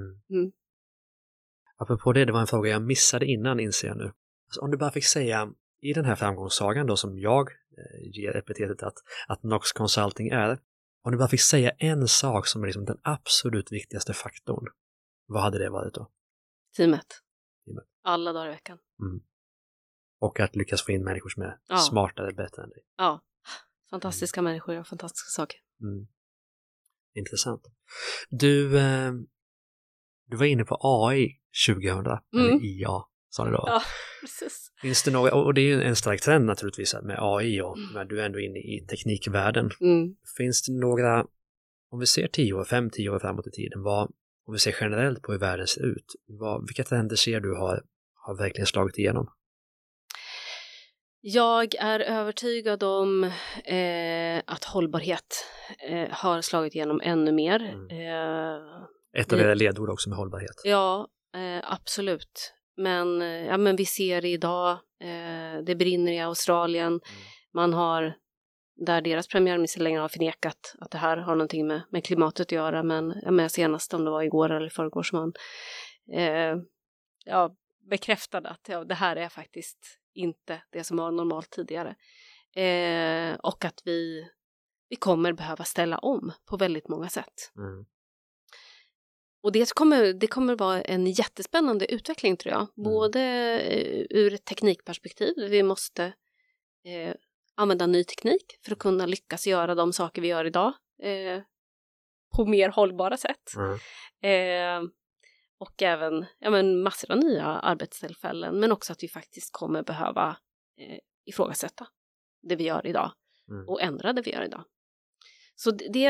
Apropå det var en fråga jag missade innan, inser jag nu. Alltså, om du bara fick säga, i den här framgångssagan då som jag ger epitetet att Nox Consulting är, om du bara fick säga en sak som är liksom den absolut viktigaste faktorn, vad hade det varit då? Teamet. Alla dagar i veckan. Och att lyckas få in människor som är smartare, bättre än dig. Ja, fantastiska människor och fantastiska saker. Intressant. Du var inne på AI 2000, eller IA, sa du då? Ja, precis. Finns det några, och det är ju en stark trend naturligtvis med AI, och när du är ändå inne i teknikvärlden. Finns det några, om vi ser 5-10 år framåt i tiden, om vi ser generellt på hur världen ser ut, vilka trender ser du har verkligen slagit igenom? Jag är övertygad om att hållbarhet har slagit igenom ännu mer. Ett av era ledord också med hållbarhet. Ja, absolut. Men vi ser idag, det brinner i Australien. Man har, där deras premiärminister länge har förnekat att det här har någonting med klimatet att göra. Men senast, om det var igår eller förrgår, som man bekräftade att det här är faktiskt inte det som var normalt tidigare. Och att vi kommer behöva ställa om på väldigt många sätt. Och det kommer vara en jättespännande utveckling, tror jag. Både ur ett teknikperspektiv. Vi måste använda ny teknik för att kunna lyckas göra de saker vi gör idag på mer hållbara sätt. Och även massor av nya arbetstillfällen. Men också att vi faktiskt kommer behöva ifrågasätta det vi gör idag. Och ändra det vi gör idag. Så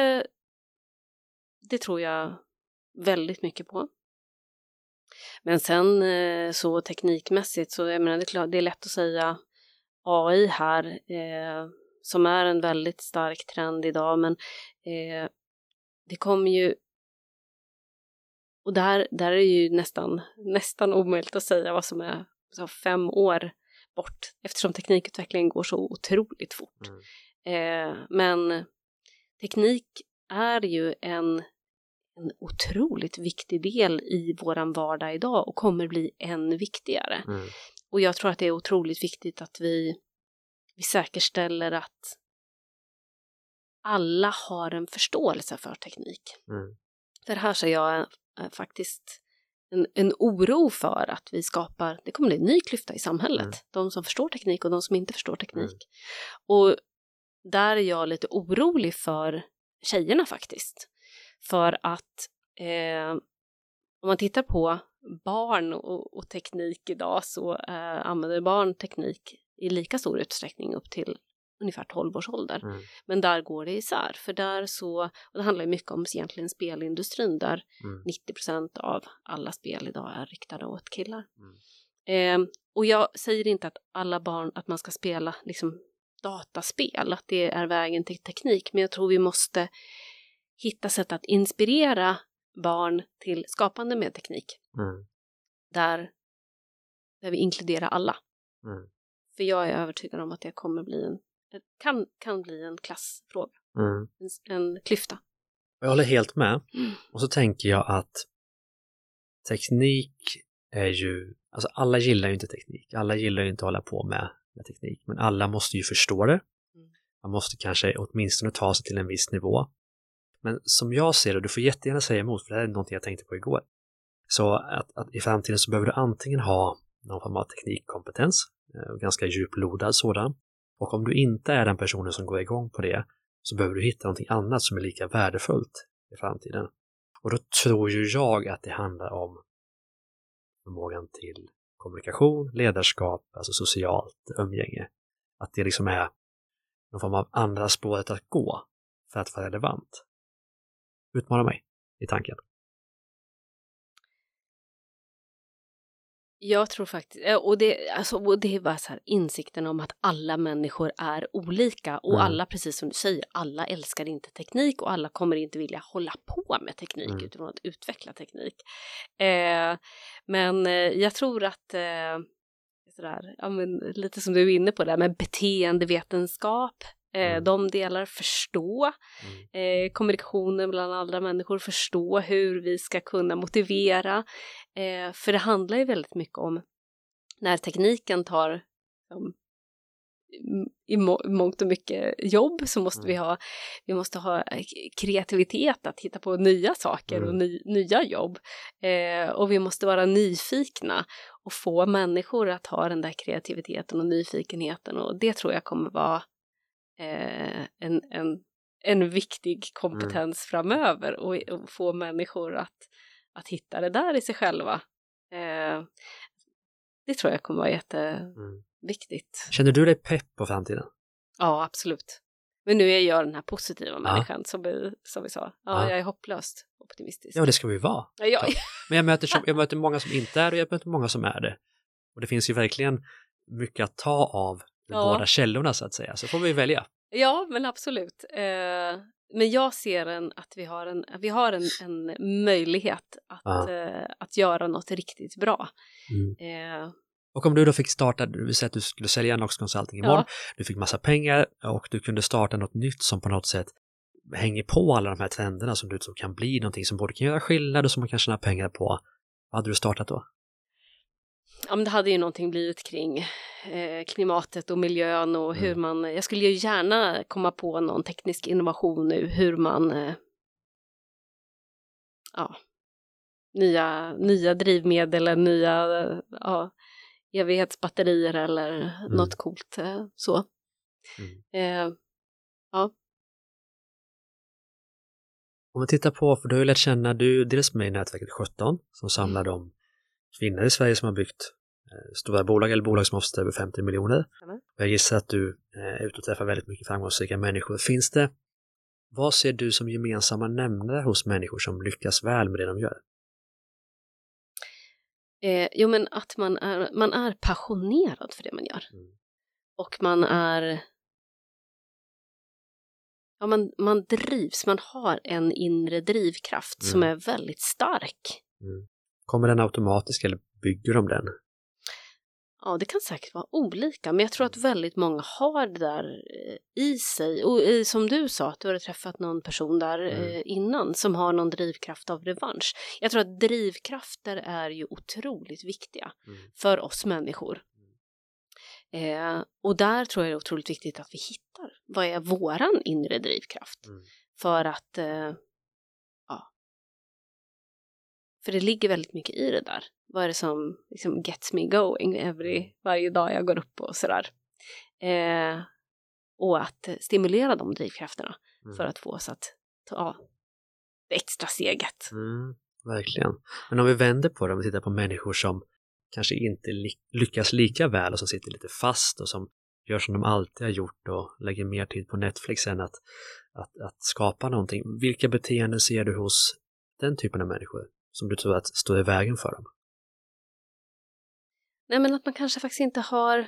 det tror jag väldigt mycket på. Men sen så teknikmässigt, så jag menar, det är klart, det är lätt att säga AI här som är en väldigt stark trend idag, men det kommer ju, och där är det ju nästan omöjligt att säga vad som är 5 år bort, eftersom teknikutvecklingen går så otroligt fort. Men teknik är ju en otroligt viktig del i våran vardag idag och kommer bli än viktigare. Och jag tror att det är otroligt viktigt att vi säkerställer att alla har en förståelse för teknik. För här ser jag faktiskt en oro för att det kommer bli en ny klyfta i samhället. De som förstår teknik och de som inte förstår teknik. Och där är jag lite orolig för tjejerna faktiskt. För att om man tittar på barn och teknik idag, så använder barn teknik i lika stor utsträckning upp till ungefär 12 års ålder. Men där går det isär. För och det handlar ju mycket om egentligen spelindustrin, där 90% av alla spel idag är riktade åt killar. Och jag säger inte att alla barn, att man ska spela liksom dataspel, att det är vägen till teknik. Men jag tror vi måste hitta sätt att inspirera barn till skapande med teknik. Där vi inkluderar alla. För jag är övertygad om att det kommer bli kan bli en klassfråga. En klyfta. Jag håller helt med. Och så tänker jag att teknik är ju, alltså alla gillar ju inte teknik. Alla gillar ju inte att hålla på med teknik. Men alla måste ju förstå det. Man måste kanske åtminstone ta sig till en viss nivå. Men som jag ser det, du får jättegärna säga emot, för det här är någonting jag tänkte på igår. Så att i framtiden så behöver du antingen ha någon form av teknikkompetens, ganska djuplodad sådan. Och om du inte är den personen som går igång på det, så behöver du hitta någonting annat som är lika värdefullt i framtiden. Och då tror ju jag att det handlar om förmågan till kommunikation, ledarskap, alltså socialt umgänge. Att det liksom är någon form av andra spåret att gå för att vara relevant. Utmana mig i tanken. Jag tror faktiskt, och det är bara så här insikten om att alla människor är olika och alla, precis som du säger, alla älskar inte teknik och alla kommer inte vilja hålla på med teknik utan att utveckla teknik. Men jag tror att sådär, ja, men lite som du är inne på där med beteendevetenskap, de delar förstå kommunikationen bland andra människor, förstå hur vi ska kunna motivera, för det handlar ju väldigt mycket om när tekniken tar i mångt och mycket jobb, så måste vi måste ha kreativitet att hitta på nya saker och nya jobb, och vi måste vara nyfikna och få människor att ha den där kreativiteten och nyfikenheten, och det tror jag kommer vara en viktig kompetens framöver, och få människor att hitta det där i sig själva. Det tror jag kommer vara jätteviktigt. Känner du dig pepp på framtiden? Ja, absolut. Men nu är jag den här positiva människan som vi sa. Ja, jag är hopplöst optimistisk. Ja, det ska vi vara. Ja. Men jag möter många som inte är det, och jag möter många som är det. Och det finns ju verkligen mycket att ta av båda källorna, så att säga. Så får vi välja. Ja, men absolut. Men jag ser att vi har en möjlighet att göra något riktigt bra. Och om du då fick starta, du vill säga att du skulle sälja Nox Consulting imorgon, du fick massa pengar och du kunde starta något nytt som på något sätt hänger på alla de här trenderna, som du tror kan bli någonting som både kan göra skillnad och som man kan tjäna pengar på. Vad hade du startat då? Ja, men det hade ju någonting blivit kring klimatet och miljön och hur jag skulle ju gärna komma på någon teknisk innovation nu, hur man nya drivmedel eller nya evighetsbatterier eller något coolt så. Om vi tittar på, för du har ju lärt känna, du dels med i nätverket 17 som samlar de kvinnor i Sverige som har byggt stora bolag eller bolag som har över 50 miljoner. Och jag gissar att du är ute och träffar väldigt mycket framgångsrika människor. Vad ser du som gemensamma nämnare hos människor som lyckas väl med det de gör? Jo, men att man är passionerad för det man gör. Och man är man drivs, man har en inre drivkraft som är väldigt stark. Kommer den automatiskt eller bygger de den? Ja, det kan säkert vara olika, men jag tror att väldigt många har det där i sig. Och som du sa, att du hade träffat någon person där innan som har någon drivkraft av revansch. Jag tror att drivkrafter är ju otroligt viktiga för oss människor. Och där tror jag det är otroligt viktigt att vi hittar vad är våran inre drivkraft. För att för det ligger väldigt mycket i det där. Vad är det som liksom gets me going varje dag jag går upp och sådär. Och att stimulera de drivkrafterna för att få oss att ta det extra steget. Verkligen. Men om vi vänder på det, om vi tittar på människor som kanske inte lyckas lika väl och som sitter lite fast och som gör som de alltid har gjort och lägger mer tid på Netflix än att skapa någonting. Vilka beteenden ser du hos den typen av människor som du tror att står i vägen för dem? Nej, men att man kanske faktiskt inte har...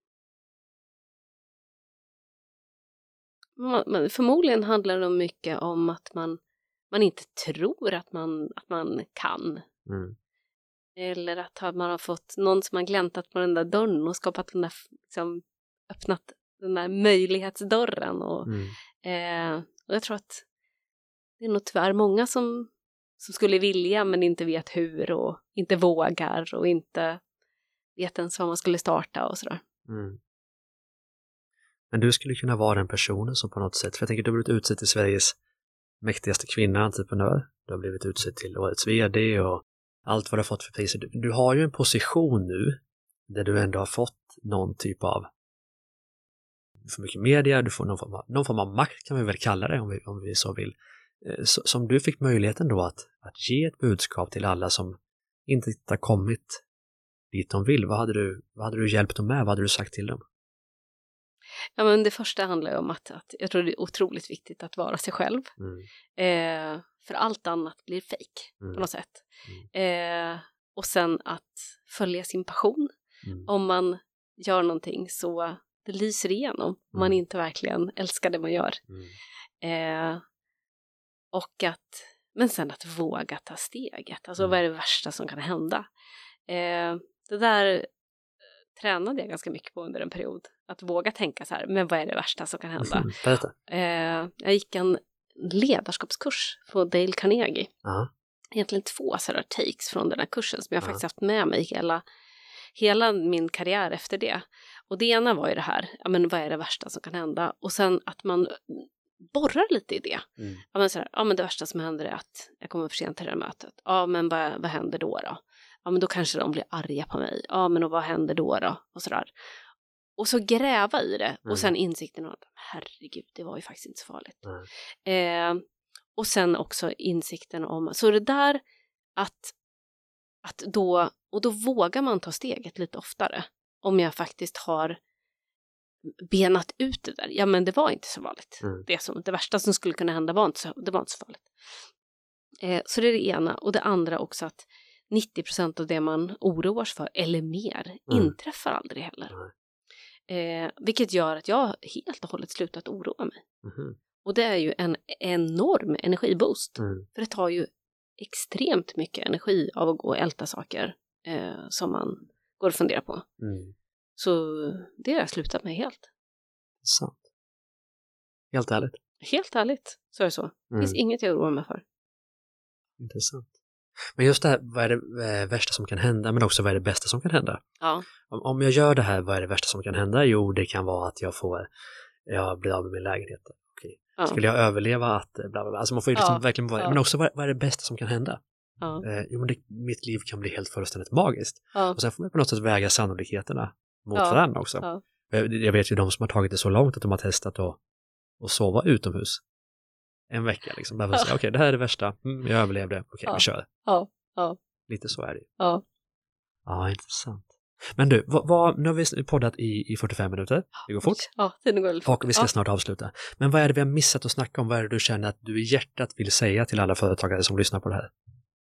Förmodligen handlar det mycket om att man inte tror att man kan. Eller att man har fått någon som har gläntat på den där dörren och skapat den där, liksom, öppnat den där möjlighetsdörren. Och jag tror att det är nog tyvärr många som skulle vilja men inte vet hur och inte vågar och inte vet ens vad man skulle starta och sådär. Men du skulle kunna vara den personen som på något sätt, för jag tänker att du har blivit utsedd till Sveriges mäktigaste kvinna entreprenör. Du har blivit utsedd till årets vd och allt vad du har fått för priser. Du har ju en position nu där du ändå har fått någon typ av för mycket media, du får någon form av makt kan vi väl kalla det om vi så vill. Som du fick möjligheten då att ge ett budskap till alla som inte har kommit dit de vill. Vad hade du hjälpt dem med? Vad hade du sagt till dem? Ja, men det första handlar ju om att jag tror det är otroligt viktigt att vara sig själv. För allt annat blir fejk på något sätt. Och sen att följa sin passion. Om man gör någonting så det lyser igenom. Om man inte verkligen älskar det man gör. Men sen att våga ta steget. Alltså vad är det värsta som kan hända? Det där tränade jag ganska mycket på under en period. Att våga tänka så här, men vad är det värsta som kan hända? Jag gick en ledarskapskurs på Dale Carnegie. Egentligen 2 sådana takes från den här kursen som jag faktiskt haft med mig hela min karriär efter det. Och det ena var ju det här, ja, men vad är det värsta som kan hända? Och sen att man borrar lite i det. Ja, men så här, ja, men det värsta som händer är att jag kommer för sent till det här mötet. Ja, men vad händer då? Ja, men då kanske de blir arga på mig. Ja, men och vad händer då? Och sådär. Och så gräva i det. Och sen insikten om att herregud, det var ju faktiskt inte så farligt. Och sen också insikten om, så det där att då vågar man ta steget lite oftare. Om jag faktiskt har benat ut det där. Ja, men det var inte så farligt. Det värsta som skulle kunna hända var inte så farligt. Så det är det ena. Och det andra också att 90% av det man oroar sig för eller mer inträffar aldrig heller. Vilket gör att jag helt och hållet slutat oroa mig. Och det är ju en enorm energiboost. För det tar ju extremt mycket energi av att gå och älta saker som man går och funderar på. Så det har jag slutat med helt. Sant. Helt ärligt. Helt ärligt, så är det så. Det finns inget jag oroar mig för. Intressant. Men just det här, vad är det värsta som kan hända, men också vad är det bästa som kan hända? Ja. Om jag gör det här, vad är det värsta som kan hända? Jo, det kan vara att jag blir av med min lägenhet. Okej. Ja. Skulle jag överleva att bla bla bla? Alltså man får ju liksom verkligen vara, men också vad är det bästa som kan hända? Jo, men mitt liv kan bli helt fullständigt magiskt. Och sen får man på något sätt väga sannolikheterna mot varandra också. Jag vet ju de som har tagit det så långt att de har testat att sova utomhus en vecka liksom. Bara säga, okej, det här är det värsta. Jag överlevde. Okej, vi kör. Lite så är det. Ja, intressant. Men du, nu har vi poddat i 45 minuter. Det går fort. Ja, det går väldigt fort. Och vi ska snart avsluta. Men vad är det vi har missat att snacka om? Vad är det du känner att du i hjärtat vill säga till alla företagare som lyssnar på det här?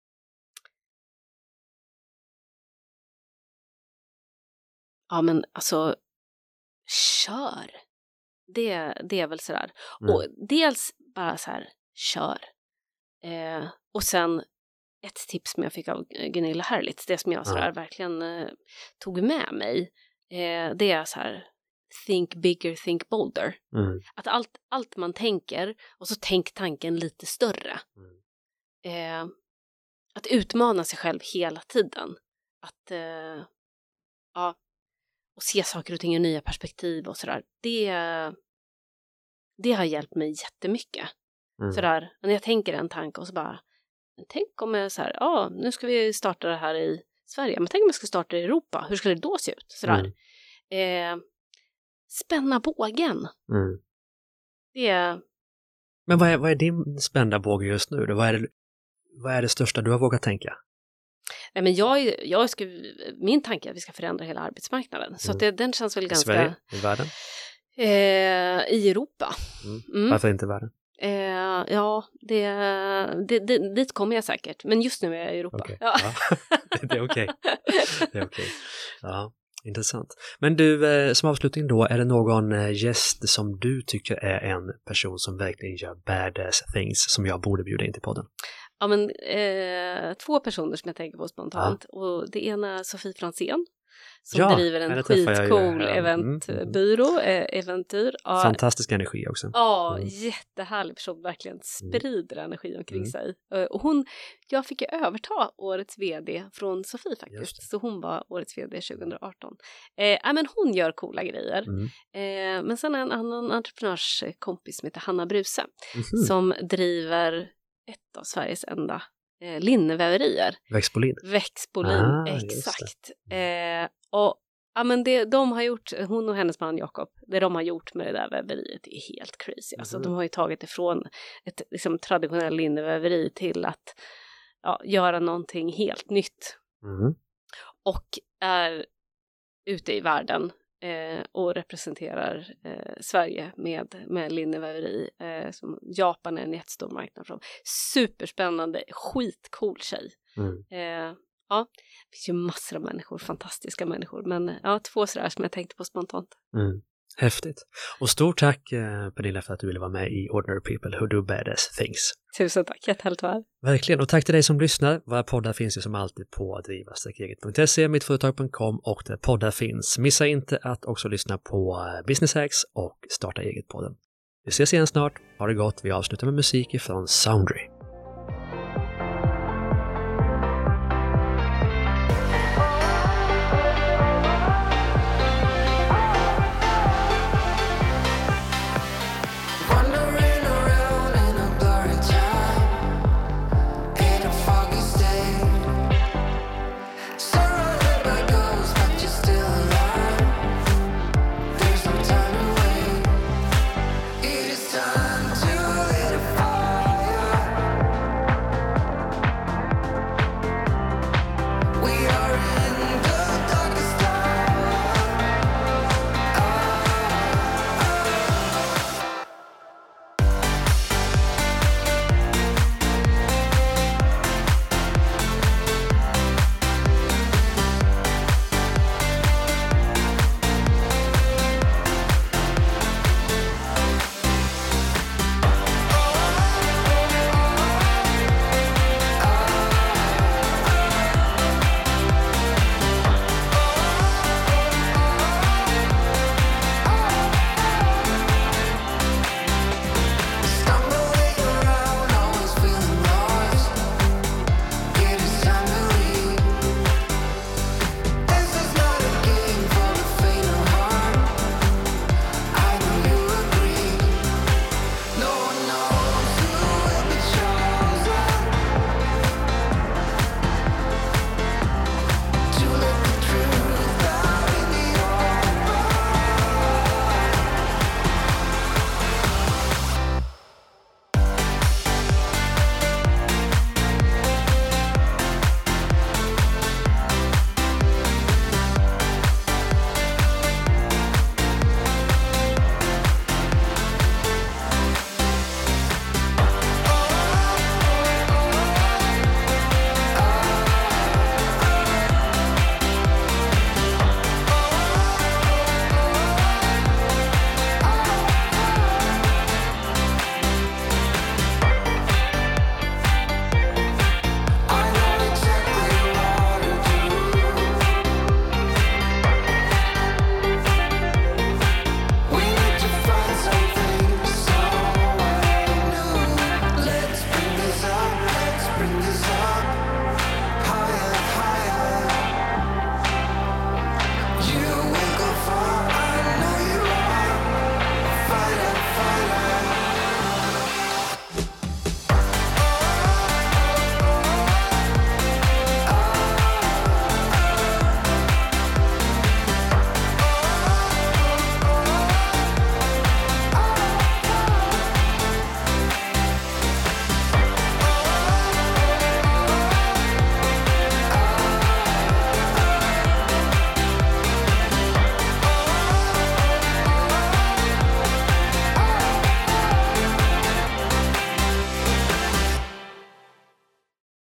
Ja, men alltså kör. Det är väl sådär. Och dels bara så här, kör. Och sen ett tips som jag fick av Gunilla Herlitz, det som jag sådär verkligen tog med mig, det är så här, think bigger, think bolder. Att allt man tänker, och så tänk tanken lite större. Att utmana sig själv hela tiden. Att och se saker och ting i nya perspektiv och sådär. Det har hjälpt mig jättemycket. Sådär, när jag tänker en tanke och så bara, tänk om jag så här, nu ska vi starta det här i Sverige, men tänk om jag ska starta det i Europa, hur skulle det då se ut? Sådär. Spänna bågen. Men vad är din spända båge just nu då? Vad är det största du har vågat tänka? Nej, men min tanke är att vi ska förändra hela arbetsmarknaden. Så att den känns väl ganska... Sverige? I världen? I Europa. Varför inte i världen? Dit kommer jag säkert. Men just nu är jag i Europa. Okay. Ja. Det är okej. Det är okej. Ja, intressant. Men du, som avslutning då, är det någon gäst som du tycker är en person som verkligen gör badass things som jag borde bjuda in till podden? Ja, men 2 personer som jag tänker på spontant. Och det ena är Sofie Franzén. som driver en skitcool eventbyrå, Eventyr. Fantastisk energi också. Ja, jättehärlig person, verkligen sprider energi omkring sig. Och jag fick ju överta årets vd från Sofie faktiskt, så hon var årets vd 2018. Men hon gör coola grejer. Men sen en annan entreprenörskompis som heter Hanna Bruse, som driver ett av Sveriges enda linneväverier. Växtbolin, exakt. Men det de har gjort, hon och hennes man Jakob, det de har gjort med det där väveriet är helt crazy. Alltså de har ju tagit det från ett liksom traditionellt linneväveri till att göra någonting helt nytt. Och är ute i världen och representerar Sverige med linneväveri, som Japan är en jättestor marknad från. Superspännande, skitcool tjej. Det finns ju massor av människor, fantastiska människor, men 2 sådär som jag tänkte på spontant. Häftigt. Och stort tack Pernilla för att du ville vara med i Ordinary People Who Do Badass Things. Tusen tack, jättehärligt att vara. Verkligen, och tack till dig som lyssnar. Våra poddar finns ju som alltid på driva-eget.se, mittföretag.com och där poddar finns. Missa inte att också lyssna på Business Hacks och Starta eget-podden. Vi ses igen snart, ha det gott, vi avslutar med musik ifrån Soundry.